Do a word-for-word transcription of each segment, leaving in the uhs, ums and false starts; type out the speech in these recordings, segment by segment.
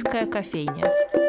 Шумерийская кофейня.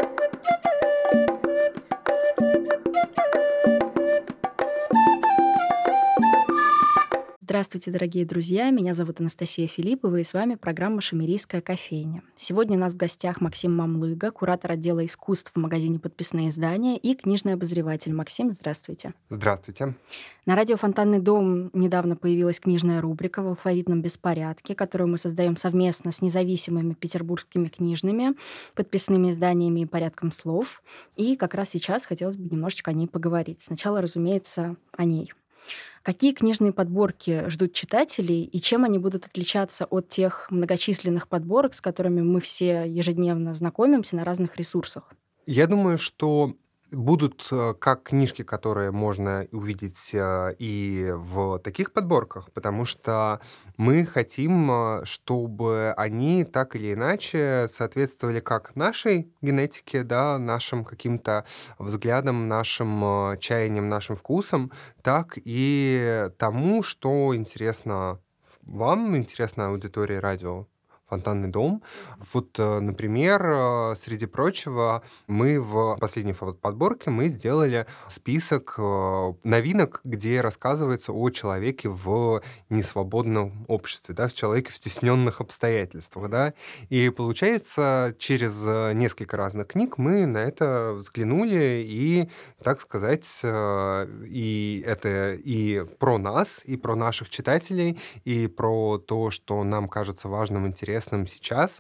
Здравствуйте, дорогие друзья! Меня зовут Анастасия Филиппова, и с вами программа «Шумерийская кофейня». Сегодня у нас в гостях Максим Мамлыга, куратор отдела искусств в магазине «Подписные издания» и книжный обозреватель. Максим, здравствуйте. Здравствуйте. На радио «Фонтанный дом» недавно появилась книжная рубрика в алфавитном беспорядке, которую мы создаем совместно с независимыми петербургскими книжными, подписными изданиями и порядком слов. И как раз сейчас хотелось бы немножечко о ней поговорить. Сначала, разумеется, о ней. Какие книжные подборки ждут читателей и чем они будут отличаться от тех многочисленных подборок, с которыми мы все ежедневно знакомимся на разных ресурсах? Я думаю, что будут э, как книжки, которые можно увидеть э, и в таких подборках, потому что мы хотим, э, чтобы они так или иначе соответствовали как нашей генетике, да, нашим каким-то взглядам, нашим э, чаяниям, нашим вкусам, так и тому, что интересно вам, интересно аудитории радио «Фонтанный дом». Вот, э, например, э, среди прочего, мы в последней фо- подборке мы сделали список э, новинок, где рассказывается о человеке в несвободном обществе, да, в человеке в стесненных обстоятельствах, да. И получается, через э, несколько разных книг мы на это взглянули и, так сказать, э, и это и про нас, и про наших читателей, и про то, что нам кажется важным, интересным сейчас,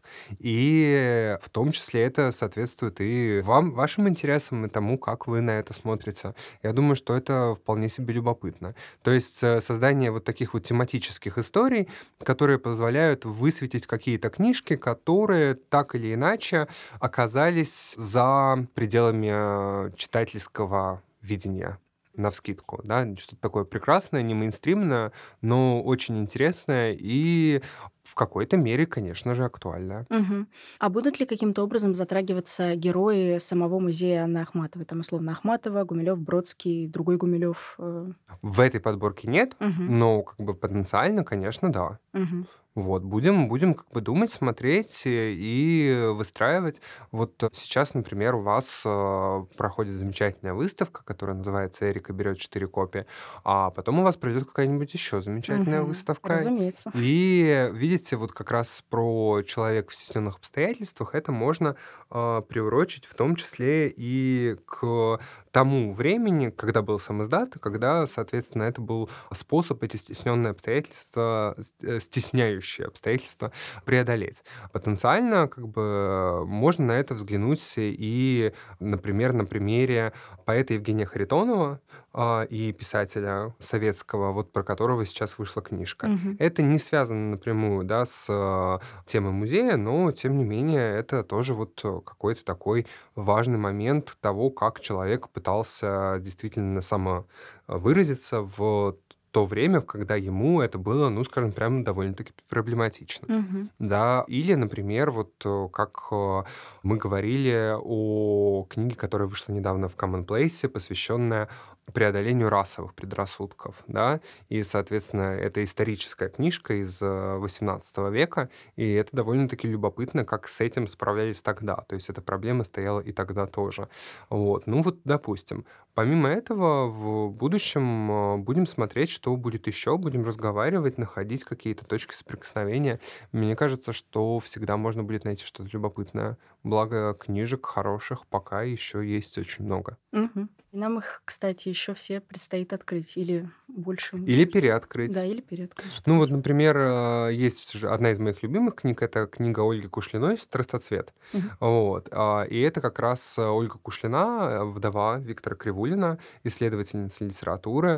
и в том числе это соответствует и вам, вашим интересам, и тому, как вы на это смотрите. Я думаю, что это вполне себе любопытно. То есть э, создание вот таких вот тематических историй, которые позволяют высветить какие-то книжки, которые так или иначе оказались за пределами э, читательского видения. Навскидку, да, что-то такое прекрасное, не мейнстримное, но очень интересное и в какой-то мере, конечно же, актуальное. Мгм. А будут ли каким-то образом затрагиваться герои самого музея Анны Ахматовой? Там, условно, Ахматова, Гумилев, Бродский, другой Гумилев. э, В этой подборке нет, Мгм. но как бы потенциально, конечно, да. Мгм. Вот, будем, будем как бы думать, смотреть э, и выстраивать. Вот э, сейчас, например, у вас э, проходит замечательная выставка, которая называется «Эрика берет четыре копии», а потом у вас пройдет какая-нибудь еще замечательная Мгм. выставка. Разумеется. И видите, вот как раз про человека в стесненных обстоятельствах это можно э, приурочить в том числе и к тому времени, когда был сам издат, и когда, соответственно, это был способ эти стесненные обстоятельства, с- э, стесняющие обстоятельства преодолеть. Потенциально, как бы, можно на это взглянуть и, например, на примере поэта Евгения Харитонова а, и писателя советского, вот про которого сейчас вышла книжка. Мгм. Это не связано напрямую, да, с а, темой музея, но, тем не менее, это тоже вот э, какой-то такой важный момент того, как человек пытался действительно самовыразиться в то время, когда ему это было, ну, скажем, прямо довольно-таки проблематично. Мгм. Да, или, например, вот э, как э, мы говорили о книге, которая вышла недавно в Commonplace, посвященная преодолению расовых предрассудков, да, и, соответственно, это историческая книжка из э, восемнадцатого века, и это довольно-таки любопытно, как с этим справлялись тогда, то есть эта проблема стояла и тогда тоже. Вот, ну вот, допустим. Помимо этого, в будущем э, будем смотреть, что будет еще, будем разговаривать, находить какие-то точки соприкосновения. Мне кажется, что всегда можно будет найти что-то любопытное. Благо, книжек хороших пока еще есть очень много. Мгм. И нам их, кстати, еще все предстоит открыть. Или больше. Или больше. Да, переоткрыть. или переоткрыть, что Ну вот, тоже. например, э, есть же одна из моих любимых книг, это книга Ольги Кушлиной «Страстоцвет». Мгм. Вот. а, И это как раз э, Ольга Кушлина, э, вдова Виктора Кривулина, исследовательница литературы.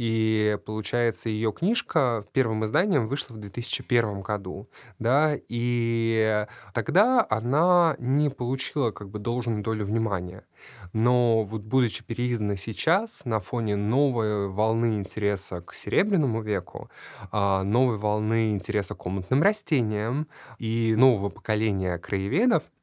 И, получается, ее книжка первым изданием вышла в две тысячи первом году. Да? И тогда она не получила как бы должную долю внимания. Но вот будучи переизданной сейчас на фоне новой волны интереса к Серебряному веку, а, новой волны интереса к комнатным растениям и нового поколения краеведов,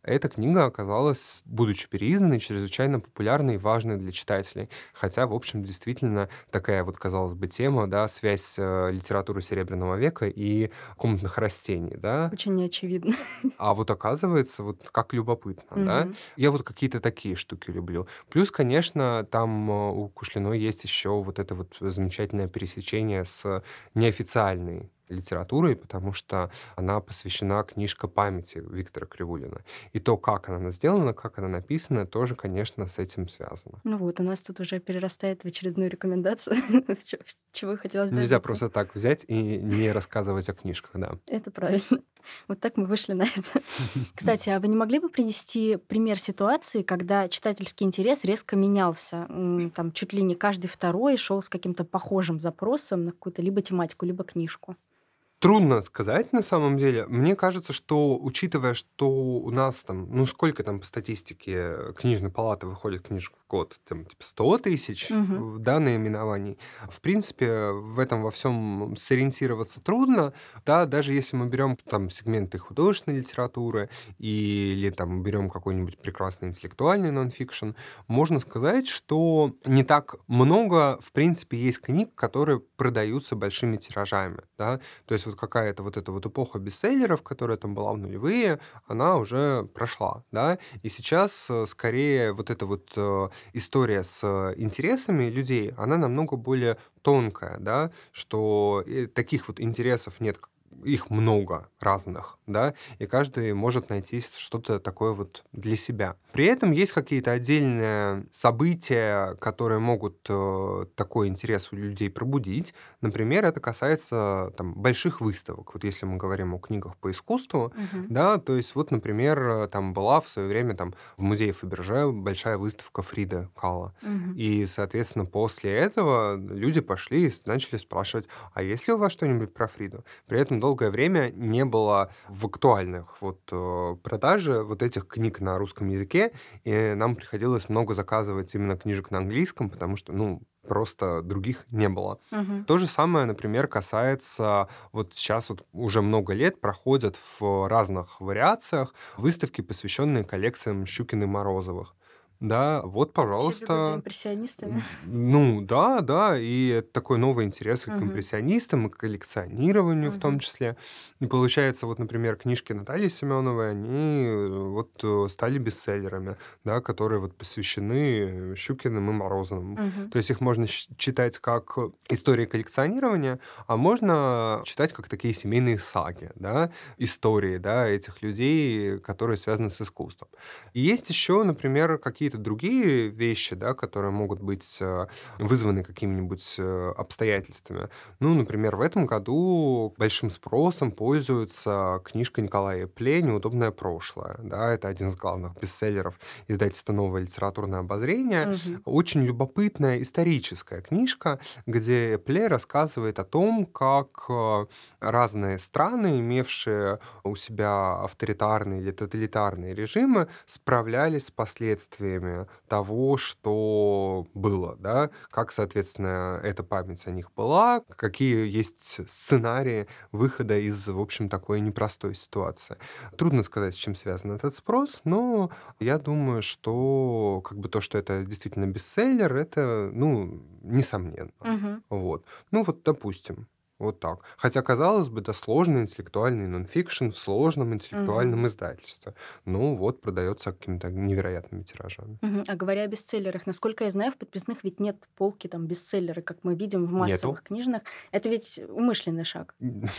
Эта книга оказалась, будучи переизданной, чрезвычайно популярной и важной для читателей. Хотя, в общем, действительно такая вот, казалось бы, тема, да, связь э, литературы Серебряного века и комнатных растений, да. Очень неочевидно. А вот оказывается, вот как любопытно, да. Мгм. Я вот какие-то такие штуки люблю. Плюс, конечно, там э, у Кушлиной есть еще вот это вот замечательное пересечение с неофициальной литературой, потому что она посвящена книжка памяти Виктора Кривулина. И то, как она сделана, как она написана, тоже, конечно, с этим связано. Ну вот, у нас тут уже перерастает в очередную рекомендацию, в чё- в чего хотелось Нельзя добиться. просто так взять и не рассказывать о книжках, да. Это правильно. Вот так мы вышли на это. Кстати, а вы не могли бы привести пример ситуации, когда читательский интерес резко менялся? М, Там чуть ли не каждый второй шел с каким-то похожим запросом на какую-то либо тематику, либо книжку. Трудно сказать на самом деле. Мне кажется, что, учитывая, что у нас там, ну сколько там по статистике книжной палаты выходит книжек в год, там типа сто тысяч Мгм. в да, наименований. В принципе, в этом во всем сориентироваться трудно, да, даже если мы берем там сегменты художественной литературы или там берем какой-нибудь прекрасный интеллектуальный нонфикшн, можно сказать, что не так много, в принципе, есть книг, которые продаются большими тиражами, да. То есть вот какая-то вот эта вот эпоха бестселлеров, которая там была в нулевые, она уже прошла, да. И сейчас э, скорее вот эта вот э, история с э, интересами людей, она намного более тонкая, да, что э, таких вот интересов нет, к- их много разных, да, и каждый может найти что-то такое вот для себя. При этом есть какие-то отдельные события, которые могут э, такой интерес у людей пробудить. Например, это касается там больших выставок. Вот если мы говорим о книгах по искусству, Мгм. да, то есть вот, например, э, там была в свое время там в музее Фаберже большая выставка Фриды Кала. Мгм. И, соответственно, после этого люди пошли и с- начали спрашивать, а есть ли у вас что-нибудь про Фриду? При этом долгое время не было в актуальных вот э, продаже вот этих книг на русском языке, и нам приходилось много заказывать именно книжек на английском, потому что, ну, просто других не было. Мгм. То же самое, например, касается, вот сейчас вот уже много лет проходят в разных вариациях выставки, посвященные коллекциям Щукин и Морозовых. Да, вот, Все бегут за пожалуйста. импрессионистами. Н- Ну, да, да, и это такой новый интерес и к Мгм. импрессионистам, и к коллекционированию в том Мгм. числе. И получается, вот, например, книжки Натальи Семеновой, они э, вот э, стали бестселлерами, да, которые вот посвящены э, Щукиным и Морозовым. Мгм. То есть их можно щ- читать как истории коллекционирования, а можно читать как такие семейные саги, да, истории, да, этих людей, которые связаны с искусством. И есть еще, например, какие-то другие вещи, да, которые могут быть э, вызваны какими-нибудь э, обстоятельствами. Ну, например, в этом году большим спросом пользуется книжка Николая Пле «Неудобное прошлое». Да, это один из главных бестселлеров издательства «Новое литературное обозрение». Мгм. Очень любопытная историческая книжка, где Пле рассказывает о том, как э, разные страны, имевшие у себя авторитарные или тоталитарные режимы, справлялись с последствиями того, что было, да, как, соответственно, эта память о них была, какие есть сценарии выхода из, в общем, такой непростой ситуации. Трудно сказать, с чем связан этот спрос, но я думаю, что как бы то, что это действительно бестселлер, это, ну, несомненно. Мгм. Вот. Ну вот, допустим, вот так. Хотя, казалось бы, да, сложный интеллектуальный нонфикшн в сложном Мгм. интеллектуальном издательстве. Ну вот, продается какими-то невероятными тиражами. Мгм. А говоря о бестселлерах, насколько я знаю, в подписных ведь нет полки там бестселлеры, как мы видим в Нету. массовых книжных. Это ведь умышленный шаг.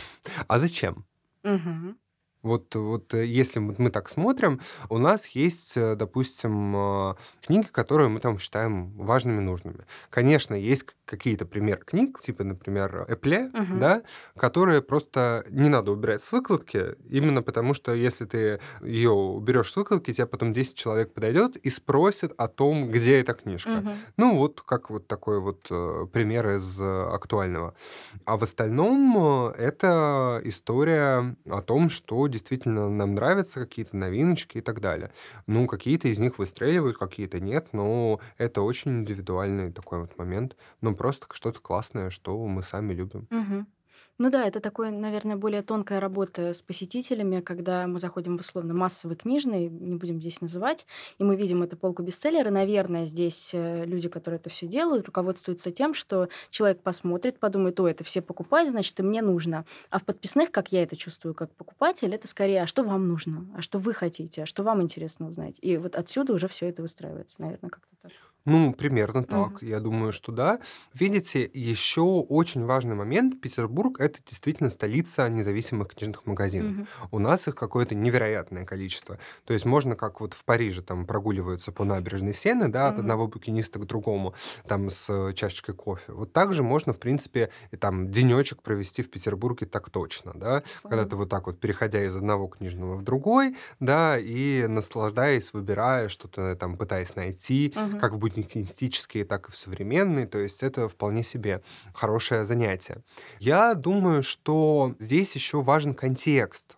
А зачем? Мгм. Вот вот, э, если вот мы так смотрим, у нас есть, э, допустим, а, книги, которые мы там считаем важными, нужными. Конечно, есть к какие-то примеры книг, типа, например, «Эпле», Мгм. да, которые просто не надо убирать с выкладки, именно потому что если ты ее уберешь с выкладки, тебе потом десять человек подойдет и спросит о том, где эта книжка. Мгм. Ну, вот как вот такой вот, э, пример из э, актуального. А в остальном, э, это история о том, что действительно нам нравятся какие-то новиночки и так далее. Ну, какие-то из них выстреливают, какие-то нет, но это очень индивидуальный такой вот момент. Ну, просто что-то классное, что мы сами любим. Мгм. Ну да, это такое, наверное, более тонкая работа с посетителями, когда мы заходим в условно массовый книжный, не будем здесь называть, и мы видим эту полку бестселлера. Наверное, здесь э, люди, которые это все делают, руководствуются тем, что человек посмотрит, подумает, о, это все покупают, значит, и мне нужно. А в подписных, как я это чувствую как покупатель, это скорее, а что вам нужно, а что вы хотите, а что вам интересно узнать. И вот отсюда уже все это выстраивается, наверное, как-то так. Ну, примерно так. Мгм. Я думаю, что да. Видите, еще очень важный момент. Петербург — это действительно столица независимых книжных магазинов. Мгм. У нас их какое-то невероятное количество. То есть можно, как вот в Париже, там прогуливаются по набережной Сены, да, от Мгм. одного букиниста к другому, там с чашечкой кофе. Вот так же можно, в принципе, и там денечек провести в Петербурге так точно, да, когда ты Вполне. вот так вот, переходя из одного книжного в другой, да, и наслаждаясь, выбирая что-то там, пытаясь найти, Мгм. как в буддистические, так и в современные. То есть это вполне себе хорошее занятие. Я думаю, что здесь еще важен контекст,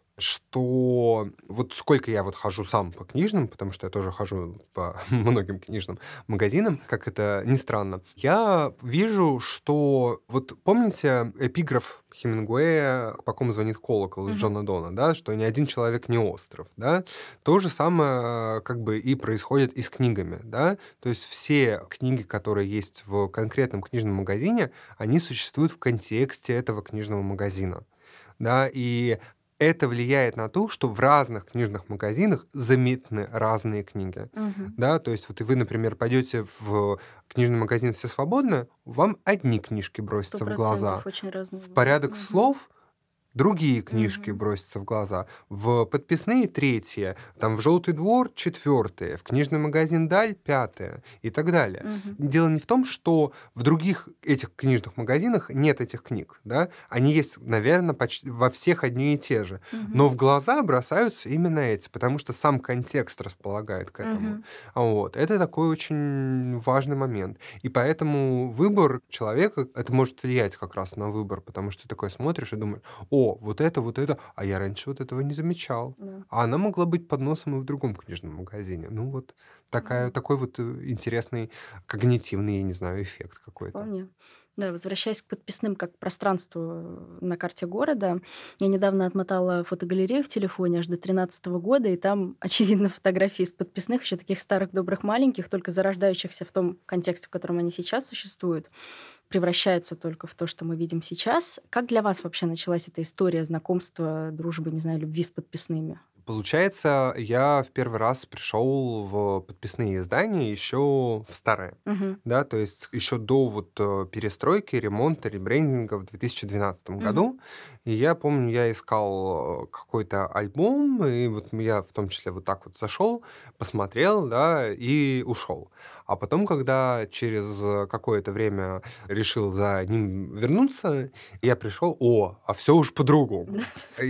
что вот сколько я вот хожу сам по книжным, потому что я тоже хожу по многим книжным магазинам, как это ни странно, я вижу, что вот помните эпиграф Хемингуэя «По ком звонит колокол» из Мгм. Джона Дона, да, что ни один человек не остров, да, то же самое как бы и происходит и с книгами, да, то есть все книги, которые есть в конкретном книжном магазине, они существуют в контексте этого книжного магазина, да, и это влияет на то, что в разных книжных магазинах заметны разные книги, Мгм. да, то есть вот и вы, например, пойдете в книжный магазин «Все свободны», вам одни книжки Сто бросятся в глаза, процентов очень разный в выбор. «Порядок Мгм. слов» другие книжки Мгм. бросятся в глаза, в подписные — третьи, там в «Желтый двор» — четвертые, в книжный магазин «Даль» — пятые и так далее. Мгм. Дело не в том, что в других этих книжных магазинах нет этих книг, да, они есть, наверное, почти во всех одни и те же, Мгм. но в глаза бросаются именно эти, потому что сам контекст располагает к этому. Мгм. Вот. Это такой очень важный момент. И поэтому выбор человека, это может влиять как раз на выбор, потому что ты такой смотришь и думаешь: о, вот это, вот это, а я раньше вот этого не замечал. Да. А она могла быть под носом и в другом книжном магазине. Ну вот такая, Мгм. такой вот э, интересный когнитивный, я не знаю, эффект какой-то. Вполне. Да, возвращаясь к подписным как к пространству э, на карте города, я недавно отмотала фотогалерею в телефоне аж до тринадцатого года, и там, очевидно, фотографии из подписных, еще таких старых добрых маленьких, только зарождающихся в том контексте, в котором они сейчас существуют, превращаются только в то, что мы видим сейчас. Как для вас вообще началась эта история знакомства, дружбы, не знаю, любви с подписными? Получается, я в первый раз пришел в подписные издания еще в старые. Мгм. Да, то есть еще до вот э, перестройки, ремонта, ребрендинга в две тысячи двенадцатом Мгм. году. И я помню, я искал э, какой-то альбом, и вот я в том числе вот так вот зашел, посмотрел, да, и ушел. А потом, когда через э, какое-то время решил за ним вернуться, я пришел, о, а все уж по-другому.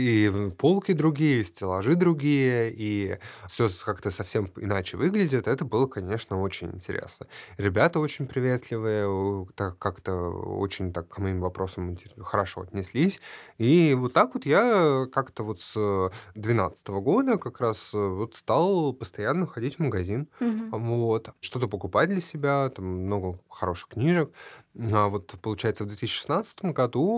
И полки другие, стеллажи другие, и все как-то совсем иначе выглядит. Это было, конечно, очень интересно. Ребята очень приветливые, у так как-то очень так к моим вопросам инте хорошо отнеслись. И вот так вот я как-то вот с двенадцатого года как раз, э, вот стал постоянно ходить в магазин. Мгм. Вот. Что-то покупать для себя, там много хороших книжек. А вот, получается, в две тысячи шестнадцатом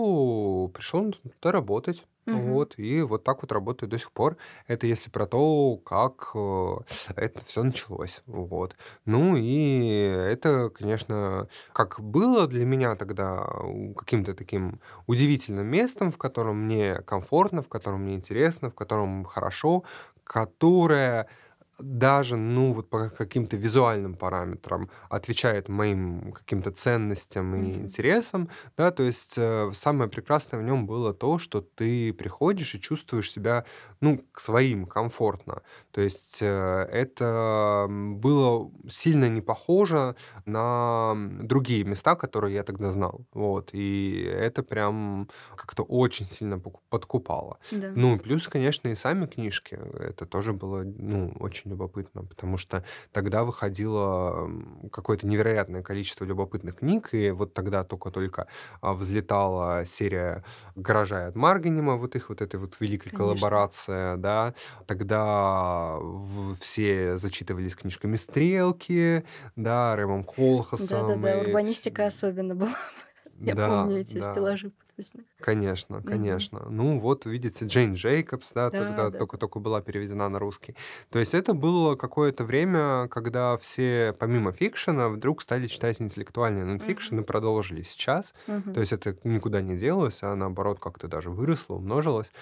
году пришел туда работать. Мгм. Вот, и вот так вот работаю до сих пор. Это если про то, как, э, это все началось. Вот. Ну и это, конечно, как было для меня тогда у каким-то таким удивительным местом, в котором мне комфортно, в котором мне интересно, в котором хорошо, которое даже, ну, вот по каким-то визуальным параметрам отвечает моим каким-то ценностям и Мгм. интересам, да, то есть э, самое прекрасное в нем было то, что ты приходишь и чувствуешь себя, ну, к своим комфортно. То есть э, это м, было сильно не похоже на м, другие места, которые я тогда знал, вот, и это прям как-то очень сильно поку- подкупало. Да. Ну, и плюс, конечно, и сами книжки. Это тоже было, ну, очень любопытно, потому что тогда выходило м, какое-то невероятное количество любопытных книг, и вот тогда только-только а, взлетала серия «Гаража» от Марганима, вот их вот этой вот великой Конечно. коллаборации, да. Тогда в- все зачитывались книжками «Стрелки», да, Рэмом Колхасом, Да-да-да, и вс- урбанистика особенно была. Я да, помню эти да. стеллажи. подписных. Конечно, Мгм. конечно. Ну, вот видите, Джейн Джейкобс, да, Да, тогда да, да. только-только была переведена на русский. То есть это было какое-то время, когда все, помимо фикшена, вдруг стали читать интеллектуальный нонфикшн Мгм. и продолжили сейчас. То Мгм. есть это никуда не делось, а наоборот как-то даже выросло, умножилось.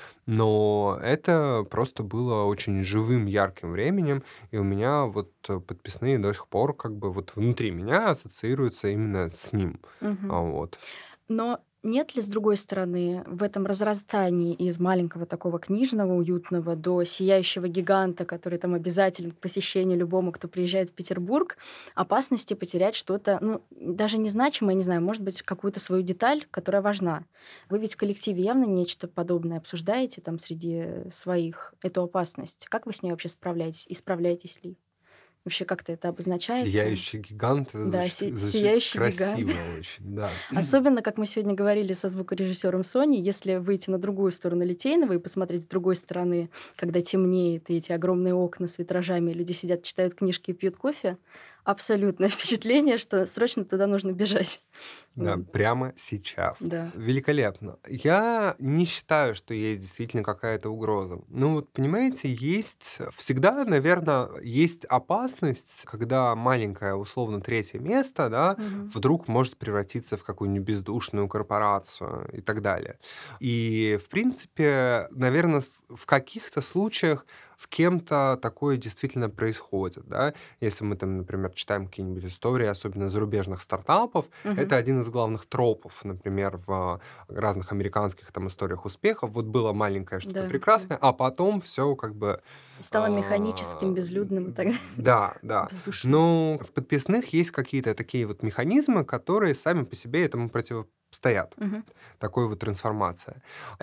Но это просто было очень живым, ярким временем, и у меня вот э, подписные до сих пор как бы вот внутри меня ассоциируются именно с ним. А, Мгм. Вот. Но нет ли, с другой стороны, в этом разрастании из маленького такого книжного, уютного до сияющего гиганта, который там обязателен к посещению любому, кто приезжает в Петербург, опасности потерять что-то, ну, даже незначимое, не знаю, может быть, какую-то свою деталь, которая важна? Вы ведь в коллективе явно нечто подобное обсуждаете там среди своих, эту опасность. Как вы с ней вообще справляетесь? И справляетесь ли? Вообще как-то это обозначается? Сияющий гигант — это Да, звучит си- звучит сияющий гигант. красиво очень, да. Особенно, как мы сегодня говорили со звукорежиссером Сони, если выйти на другую сторону Литейного и посмотреть с другой стороны, когда темнеет, и эти огромные окна с витражами, люди сидят, читают книжки и пьют кофе, абсолютное впечатление, что срочно туда нужно бежать. Да, Вот. прямо сейчас. Да. Великолепно. Я не считаю, что есть действительно какая-то угроза. Ну вот, понимаете, есть всегда, наверное, есть опасность, когда маленькое, условно, третье место, да, Мгм. вдруг может превратиться в какую-нибудь бездушную корпорацию и так далее. И, в принципе, наверное, в каких-то случаях с кем-то такое действительно происходит, да. Если мы там, например, читаем какие-нибудь истории, особенно зарубежных стартапов, Мгм. это один из главных тропов, например, в разных американских там историях успехов. Вот было маленькое что-то Да, да. прекрасное, а потом все как бы... Стало механическим, а, безлюдным и так далее. Да, да. Бездушным. Но в подписных есть какие-то такие вот механизмы, которые сами по себе этому противостоят. Мгм. Такой вот трансформация.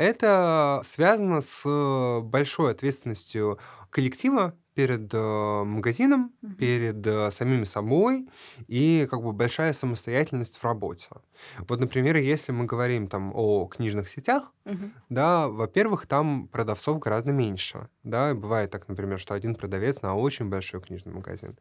Это связано с большой ответственностью коллектива перед э, магазином, Мгм. перед э, самими собой и как бы большая самостоятельность в работе. Вот, например, если мы говорим там о книжных сетях, Мгм. да, во-первых, там продавцов гораздо меньше. Да, и бывает так, например, что один продавец на очень большой книжный магазин.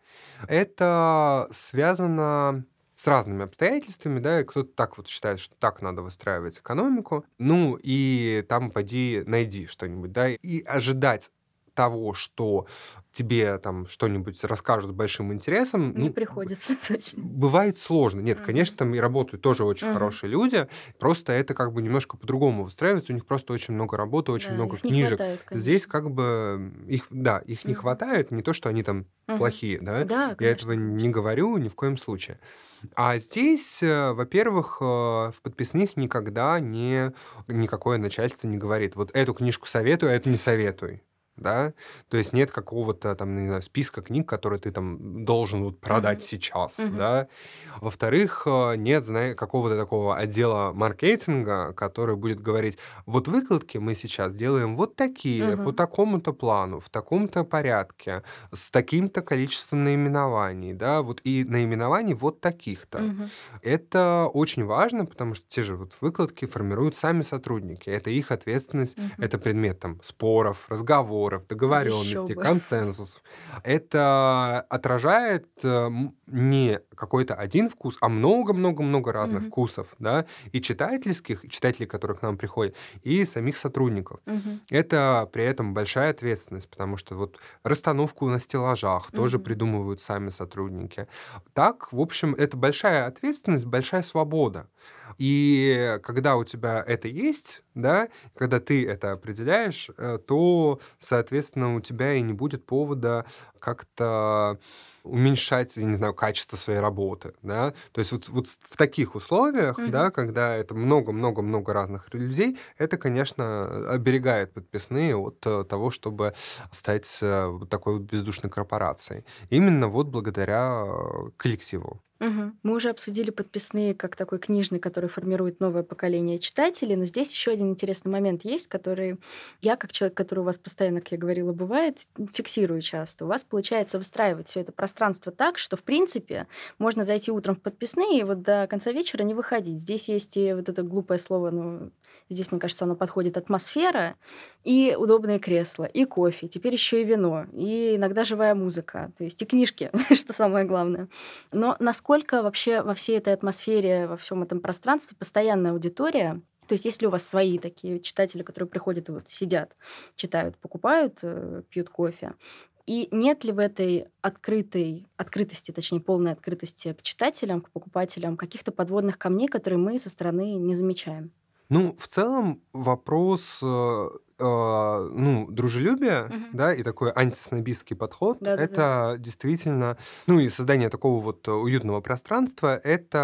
Это связано с разными обстоятельствами, да, и кто-то так вот считает, что так надо выстраивать экономику. Ну, и там поди найди что-нибудь, да, и ожидать того, что тебе там что-нибудь расскажут с большим интересом, Не ну, приходится, точно. бывает сложно. Нет, конечно, Мгм. там и работают тоже очень Мгм. хорошие люди, просто это как бы немножко по-другому выстраивается, у них просто очень много работы, очень Да, много их не книжек. хватает, Здесь конечно. как бы их, да, их не Мгм. хватает, не то, что они там Мгм. плохие, да, Да, я этого конечно, не конечно. говорю ни в коем случае. А здесь, э, во-первых, э, в подписных никогда не никакое начальство не говорит: "Вот эту книжку советую, а эту не советуй". Да? То есть нет какого-то там, не знаю, списка книг, которые ты там должен вот продать Мгм. сейчас, Мгм. да. Во-вторых, э, нет, знае какого-то такого отдела маркетинга, который будет говорить: "Вот выкладки мы сейчас делаем вот такие, по Мгм. такому-то плану, в таком-то порядке, с таким-то количеством наименований, да, вот и наименований вот таких-то". Мгм. Это очень важно, потому что те же вот выкладки формируют сами сотрудники. Это их ответственность, Мгм. это предмет там споров, разговоров, Еще договоренностей, бы. консенсусов. Это отражает э, м, не какой-то один вкус, а много-много-много разных Мгм. вкусов, да, и читательских, и читателей, которые к нам приходят, и самих сотрудников. Мгм. Это при этом большая ответственность, потому что вот расстановку на стеллажах тоже Мгм. придумывают сами сотрудники. Так, в общем, это большая ответственность, большая свобода. И когда у тебя это есть, да, когда ты это определяешь, э, то, соответственно, у тебя и не будет повода как-то уменьшать, я не знаю, качество своей работы, да. То есть вот, вот с- в таких условиях, Мгм. да, когда это много-много-много разных людей, это, конечно, оберегает подписные от э, того, чтобы стать э, вот такой вот бездушной корпорацией. Именно вот благодаря э, коллективу. Мгм. Мы уже обсудили подписные как такой книжный, который формирует новое поколение читателей, но здесь еще один интересный момент есть, который я, как человек, который у вас постоянно, как я говорила, бывает, фиксирую часто. У вас получается выстраивать все это пространство так, что, в принципе, можно зайти утром в подписные и вот до конца вечера не выходить. Здесь есть и вот это глупое слово, ну, здесь, мне кажется, оно подходит, атмосфера, и удобные кресла, и кофе, теперь еще и вино, и иногда живая музыка, то есть и книжки, что самое главное. Но насколько вообще во всей этой атмосфере, во всем этом пространстве постоянная аудитория, То есть если у вас свои такие читатели, которые приходят и вот сидят, читают, покупают, э, пьют кофе, и нет ли в этой открытой открытости, точнее, полной открытости к читателям, к покупателям каких-то подводных камней, которые мы со стороны не замечаем? Ну, в целом вопрос, э, а, ну, дружелюбия, Мгм. да, и такой антиснобистский подход — Да-да-да. это действительно, ну, и создание такого вот уютного пространства —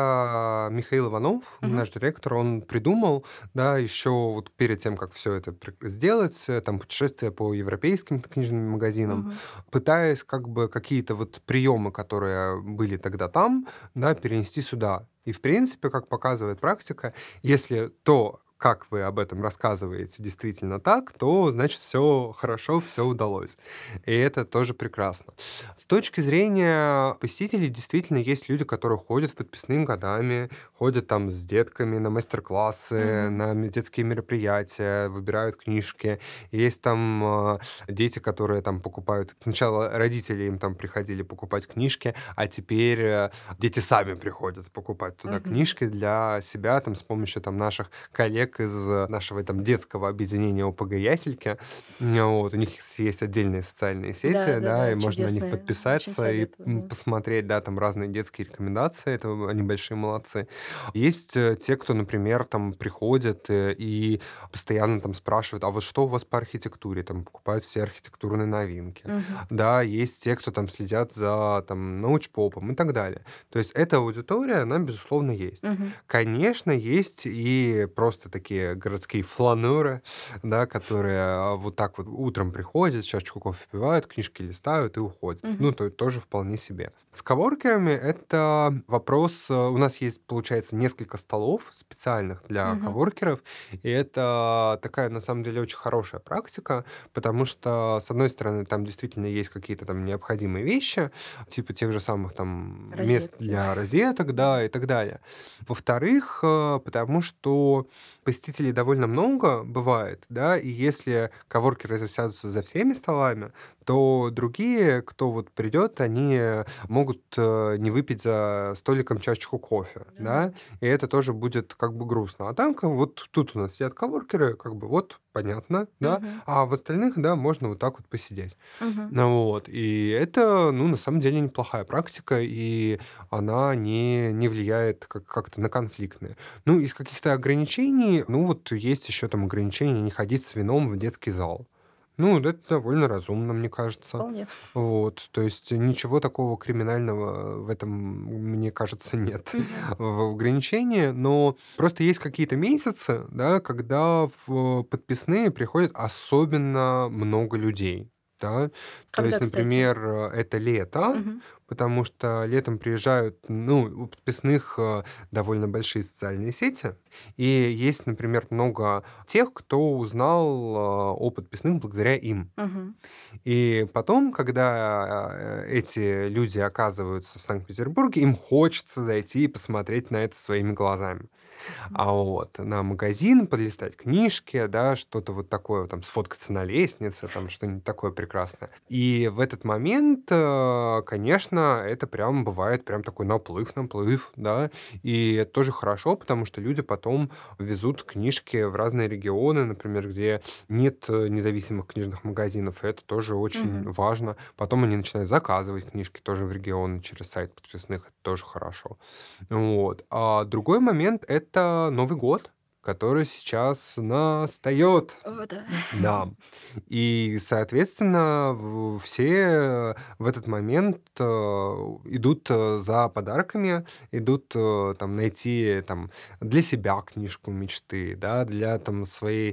это Михаил Иванов, Мгм. наш директор, он придумал, да, еще вот перед тем, как все это пр сделать, э, там путешествие по европейским книжным магазинам, Мгм. пытаясь как бы какие-то вот приемы, которые были тогда там, да, перенести сюда. И, в принципе, как показывает практика, если то, как вы об этом рассказываете, действительно так, то, значит, все хорошо, все удалось. И это тоже прекрасно. С точки зрения посетителей, действительно, есть люди, которые ходят в подписные годами, ходят там с детками на мастер-классы, Мгм. на м детские мероприятия, выбирают книжки. Есть там, а, дети, которые там покупают. Сначала родители им там приходили покупать книжки, а теперь, э, дети сами приходят покупать туда Мгм. книжки для себя там с помощью там наших коллег из э, нашего там детского объединения О П Г "Ясельки". М, вот. У них есть отдельные социальные сети, да, и Да-да-да, можно на них чудесные, очень подписаться и, советую, м, да. посмотреть, да, там разные детские рекомендации. Это они большие молодцы. Есть, э, те, кто, например, там приходят, э, и постоянно там спрашивают: "А вот что у вас по архитектуре?" Там покупают все архитектурные новинки. Мгм. Да, есть те, кто там следят за там научпопом и так далее. То есть эта аудитория, она, безусловно, есть. Мгм. Конечно, есть и просто такие городские фланеры, да, которые, а, вот так вот утром приходят, чашечку кофе пивают, книжки листают и уходят. Мгм. Ну, то тоже вполне себе. С коворкерами это вопрос, э, у нас есть, получается, несколько столов специальных для Мгм. коворкеров, и это такая, на самом деле, очень хорошая практика, потому что, с одной стороны, там действительно есть какие-то там необходимые вещи, типа тех же самых там мест Розетки. для розеток, Да. да, и так далее. Во-вторых, э, потому что посетителей довольно много бывает, да, и если коворкеры засядутся за всеми столами, то другие, кто вот придет, они могут э, не выпить за столиком чашечку кофе, Да-да. да, и это тоже будет как бы грустно. А там как вот тут у нас сидят коворкеры, как бы вот понятно, да, Мгм. а в остальных, да, можно вот так вот посидеть. Мгм. Ну вот, и это, ну, на самом деле неплохая практика, и она не, не влияет как- как-то на конфликтные. Ну, из каких-то ограничений, ну, вот есть еще там ограничение не ходить с вином в детский зал. Ну, это довольно разумно, мне кажется. Вполне. Вот, то есть ничего такого криминального в этом, мне кажется, нет Мгм. в ограничении, но просто есть какие-то месяцы, да, когда в подписные приходит особенно много людей. Да? То Когда, есть, кстати? например, э, это лето, Мгм. потому что летом приезжают, ну, у подписных э, довольно большие социальные сети, и есть, например, много тех, кто узнал э, о подписных благодаря им. Мгм. И потом, когда, э, эти люди оказываются в Санкт-Петербурге, им хочется зайти и посмотреть на это своими глазами. Естественно. А вот на магазин, полистать книжки, да, что-то вот такое, там, сфоткаться на лестнице, там, что-нибудь такое прекрасное. И в этот момент, э, конечно, это прям бывает прям такой наплыв, наплыв, да. И это тоже хорошо, потому что люди потом везут книжки в разные регионы, например, где нет, э, независимых книжных магазинов, и это тоже очень Мгм. важно. Потом они начинают заказывать книжки тоже в регионы через сайт подписных, это тоже хорошо. Вот. А другой момент — это Новый год, который сейчас настает. О да. Да. И, соответственно, в все в этот момент, э, идут, э, за подарками, идут, э, там найти там для себя книжку мечты, да, для там своей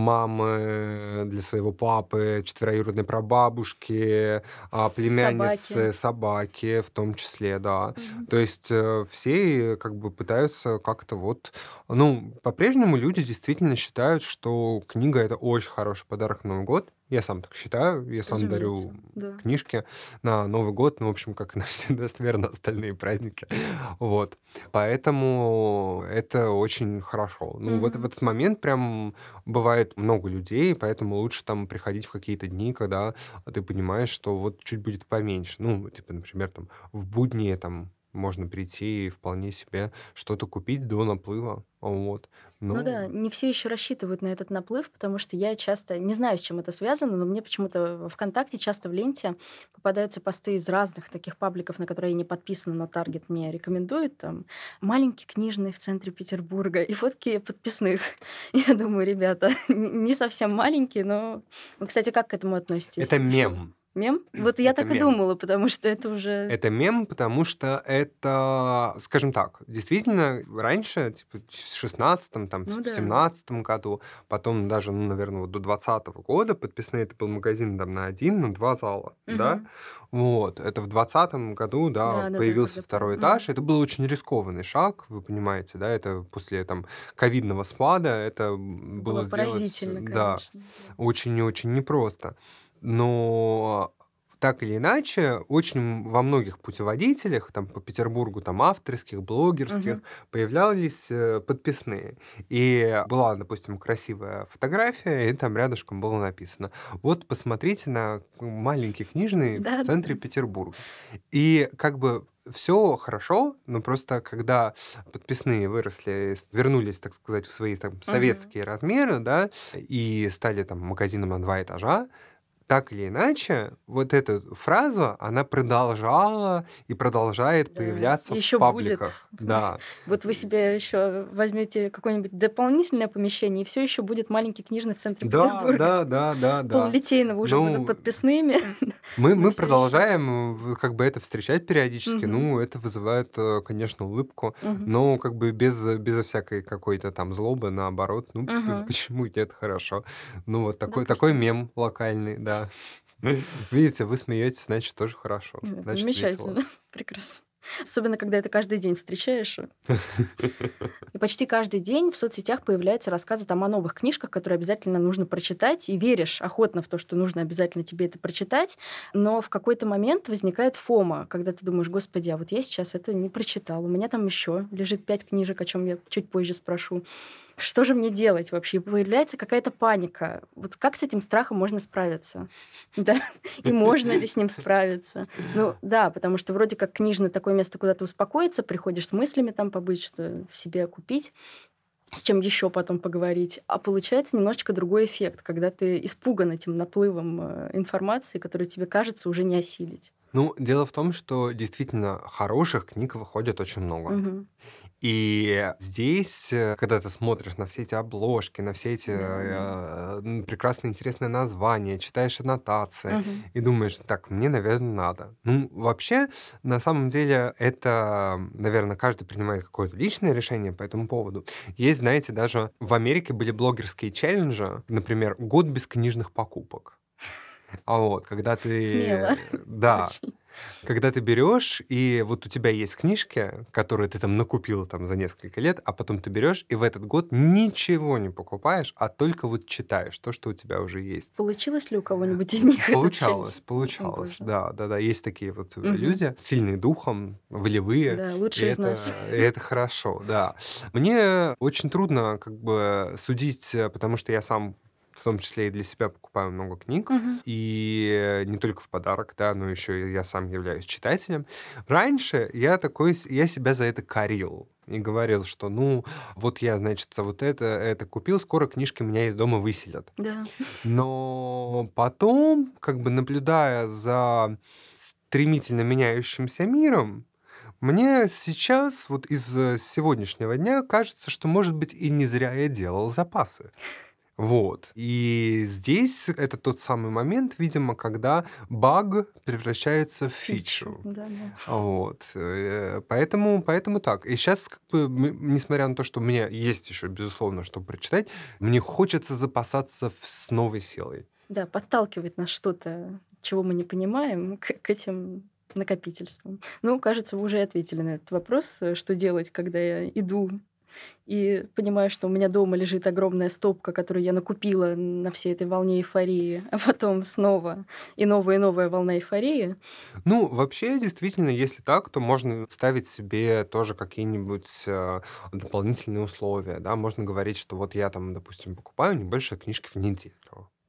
мамы, для своего папы, четвероюродной прабабушки, а, Собаки. племянницы, собаки в том числе, да. Мгм. То есть, э, все как бы пытаются как-то вот ну, по-прежнему люди действительно считают, что книга — это очень хороший подарок на Новый год. Я сам так считаю. Я сам дарю Разумеется, да. книжки на Новый год, ну, в общем, как и на все, наверно, остальные праздники. Вот. Поэтому это очень хорошо. Ну, вот в Мгм. этот момент прям бывает много людей, поэтому лучше там приходить в какие-то дни, когда ты понимаешь, что вот чуть будет поменьше. Ну, типа, например, там в будни там можно прийти и вполне себе что-то купить до наплыва. Вот. Ну да, Ну, не все еще рассчитывают на этот наплыв, потому что я часто, не знаю, с чем это связано, но мне почему-то в ВКонтакте часто в ленте попадаются посты из разных таких пабликов, на которые я не подписана, но Таргет мне рекомендует, там, маленький книжный в центре Петербурга и фотки подписных. Я думаю, ребята, н- не совсем маленькие, но... Вы, кстати, как к этому относитесь? это Что, мем. мем? Вот я Это так и мем. думала, потому что это уже... Это мем, потому что это, скажем так, действительно, раньше, типа, в шестнадцатом, там, Ну в да. семнадцатом году, потом даже, ну, наверное, вот до двадцатого года подписные это был магазин там на один, на два зала, да, Мгм. вот, это в двадцатом году, да, Да-да-да, появился когда... по- второй Мгм. этаж, это был очень рискованный шаг, вы понимаете, да, это после, там, ковидного спада, это м, Было было сделать, поразительно, да, конечно. Да. очень и очень непросто. Но так или иначе, очень во многих путеводителях, там, по Петербургу, там, авторских, блогерских, Мгм. появлялись э, подписные. И была, допустим, красивая фотография, и там рядышком было написано: вот посмотрите на маленький книжный в Да-да-да. центре Петербурга. И как бы все хорошо, но просто когда подписные выросли, с- вернулись, так сказать, в свои там Мгм. советские размеры, да, и стали там магазином на два этажа, так или иначе, вот эта фраза, она продолжала и продолжает Да, появляться в еще будет. пабликах. Да. Вот вы И себе еще возьмете какое-нибудь дополнительное помещение, и все еще будет маленький книжный в центре да, Петербурга. да, да, да, да. Пол-литейного уже будут Ну, подписными, мы но мы все еще. продолжаем, в как бы это встречать периодически. Мгм. Ну, это вызывает, э, конечно, улыбку, Мгм. но как бы без безо всякой какой-то там злобы, наоборот. Ну, п Мгм. почему нет? Хорошо. Ну, вот Да, такой такой просто мем локальный, да. Видите, вы смеетесь, значит, тоже хорошо, ну, это значит, весело. замечательно, прекрасно. Особенно, когда это каждый день встречаешь. И почти каждый день в соцсетях появляются рассказы там о новых книжках, которые обязательно нужно прочитать, и веришь охотно в то, что нужно обязательно тебе это прочитать, но в какой-то момент возникает фома, когда ты думаешь: господи, а вот я сейчас это не прочитал, у меня там еще лежит пять книжек, о чем я чуть позже спрошу. Что же мне делать вообще? И появляется какая-то паника. Вот как с этим страхом можно справиться? Да, и можно ли с ним справиться? Ну да, потому что вроде как книжное такое место, куда ты успокоиться, приходишь с мыслями там побыть, что себе купить, с чем еще потом поговорить. А получается немножечко другой эффект, когда ты испуган этим наплывом э, информации, которую тебе кажется уже не осилить. Ну, дело в том, что действительно хороших книг выходит очень много. Мгм. И здесь, э, когда ты смотришь на все эти обложки, на все эти Да, да. э, м, прекрасные, интересные названия, читаешь аннотации Мгм. и думаешь: так, мне, наверное, надо. Ну, вообще, на самом деле, это, наверное, каждый принимает какое-то личное решение по этому поводу. Есть, знаете, даже в Америке были блогерские челленджи, например, год без книжных покупок. А вот, когда Смело. ты, да, Очень. когда ты берешь, и вот у тебя есть книжки, которые ты там накупил там за несколько лет, а потом ты берешь и в этот год ничего не покупаешь, а только вот читаешь то, что у тебя уже есть. Получилось ли у кого-нибудь из них этот челлендж? Получалось, О получалось, боже. да, да-да. Есть такие вот э, Мгм. люди, сильные духом, волевые, Да, и лучшие из нас. это, и это хорошо, да. Мне очень трудно как бы судить, э, потому что я сам в том числе и для себя покупаю много книг, Мгм. и не только в подарок, да, но еще и я сам являюсь читателем. Раньше я такой, с- я себя за это корил и говорил, что, ну, вот я, значит, вот это, это купил, скоро книжки меня из дома выселят. Да. Но потом, как бы наблюдая за стремительно меняющимся миром, мне сейчас, вот из э, сегодняшнего дня, кажется, что, может быть, и не зря я делал запасы. Вот. И здесь это тот самый момент, видимо, когда баг превращается в Фичу. фичу. Да-да. Вот. Э, Поэтому, поэтому так. И сейчас, как бы, м- несмотря на то, что у меня есть еще, безусловно, что прочитать, мне хочется запасаться в- с новой силой. Да, подталкивает нас что-то, чего мы не понимаем, к, к этим накопительствам. Ну, кажется, вы уже ответили на этот вопрос, э, что делать, когда я иду и понимаю, что у меня дома лежит огромная стопка, которую я накупила на всей этой волне эйфории, а потом снова и новая и новая волна эйфории. Ну, вообще, действительно, если так, то можно ставить себе тоже какие-нибудь э, дополнительные условия, да, можно говорить, что вот я там, допустим, покупаю не больше книжки в неделю.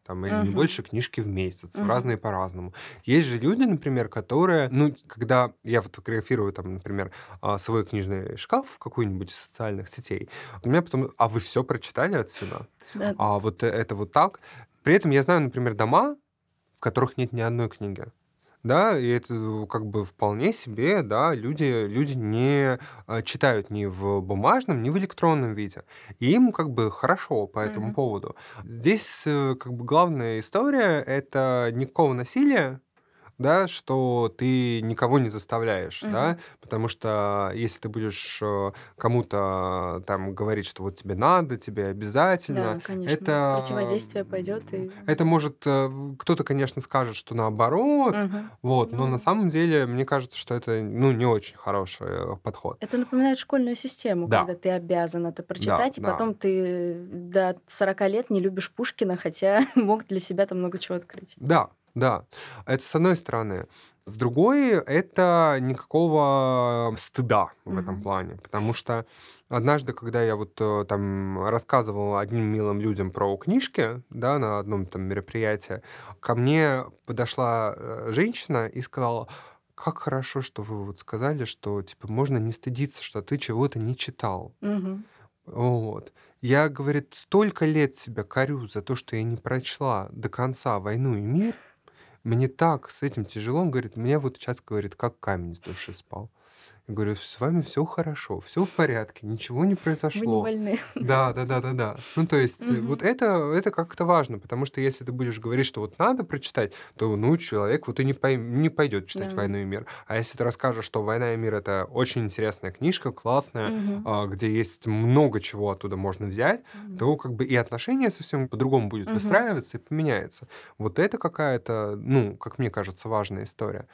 там, или не Мгм. больше книжки в месяц. Мгм. Разные по-разному. Есть же люди, например, которые, ну, когда я фотографирую, там, например, а, свой книжный шкаф в какую-нибудь из социальных сетей, у меня потом: "А вы все прочитали отсюда? Да-да. А вот э- это вот так?" При этом я знаю, например, дома, в которых нет ни одной книги. Да, и это э, как бы вполне себе, да, люди, люди не а, читают ни в бумажном, ни в электронном виде. И им как бы хорошо по этому Мгм. поводу. Здесь э, как бы главная история — это никакого насилия, да, что ты никого не заставляешь, Мгм. да, потому что если ты будешь э, кому-то там говорить, что вот тебе надо, тебе обязательно, Да, конечно. это, Противодействие пойдет м, и это может, э, в- кто-то, конечно, скажет, что наоборот, Мгм. вот, но на Ну, самом деле, мне кажется, что это, ну, не очень хороший э, подход. это напоминает школьную систему, Да, когда ты обязан это да, прочитать, и да. потом ты до сорока лет не любишь Пушкина, хотя мог для себя там много чего открыть. Да, да. Это с одной стороны. С другой, это никакого стыда в этом Мгм. плане. Потому что однажды, когда я вот э, там рассказывал одним милым людям про книжки, да, на одном там мероприятии, ко мне подошла э, женщина и сказала: "Как хорошо, что вы вот сказали, что типа можно не стыдиться, что ты чего-то не читал". Мгм. Вот. Я, говорит, столько лет себя корю за то, что я не прочла до конца "Войну и мир". Мне так с этим тяжело. Он говорит, мне вот сейчас, говорит, как камень с души спал. Я говорю: "С вами все хорошо, все в порядке, ничего не Вы не произошло". больны. Да, да-да-да-да. Ну, то есть, э, вот Мгм. это это как-то важно, потому что если ты будешь говорить, что вот надо прочитать, то, ну, человек вот и не пойм не пойдет читать Да. "Войну и мир". А если ты расскажешь, что "Война и мир" — это очень интересная книжка, классная, Мгм. а, где есть много чего оттуда можно взять, М. то как бы и отношение совсем по-другому будет Мгм. выстраиваться и поменяется. Вот это какая-то, ну, как мне кажется, важная история.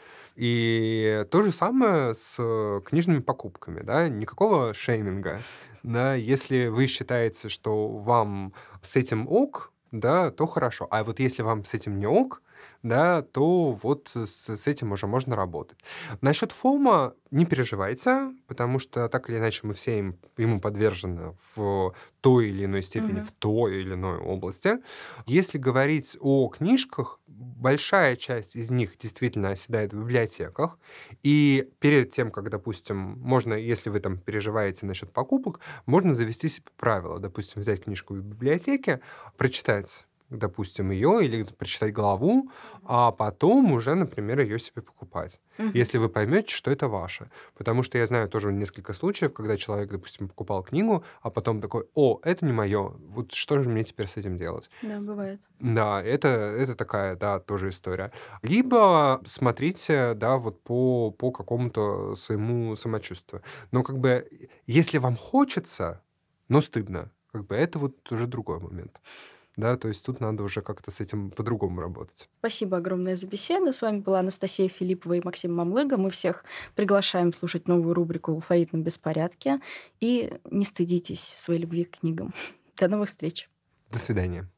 И то же самое с э, книжными покупками, да, никакого шейминга, да. Если вы считаете, что вам с этим ок, да, то хорошо. А вот если вам с этим не ок, да, то вот с с этим уже можно работать. Насчет фома не переживайте, потому что так или иначе мы все им ему подвержены в той или иной степени, Мгм. в той или иной области. Если говорить о книжках, большая часть из них действительно оседает в библиотеках. И перед тем, как, допустим, можно, если вы там переживаете насчет покупок, можно завести себе правило. Допустим, взять книжку в библиотеке, прочитать, допустим, ее или прочитать главу, а потом уже, например, ее себе покупать. Мгм. Если вы поймете, что это ваше. Потому что я знаю тоже несколько случаев, когда человек, допустим, покупал книгу, а потом такой: "О, это не мое. Вот что же мне теперь с этим делать?" Да, бывает. Да, это это такая, да, тоже история. Либо смотрите, да, вот по по какому-то своему самочувствию. Но как бы, если вам хочется, но стыдно, как бы это вот уже другой момент. Да, то есть тут надо уже как-то с этим по-другому работать. Спасибо огромное за беседу. С вами была Анастасия Филиппова и Максим Мамлыга. Мы всех приглашаем слушать новую рубрику «В алфавитном беспорядке». И не стыдитесь своей любви к книгам. До новых встреч! До свидания.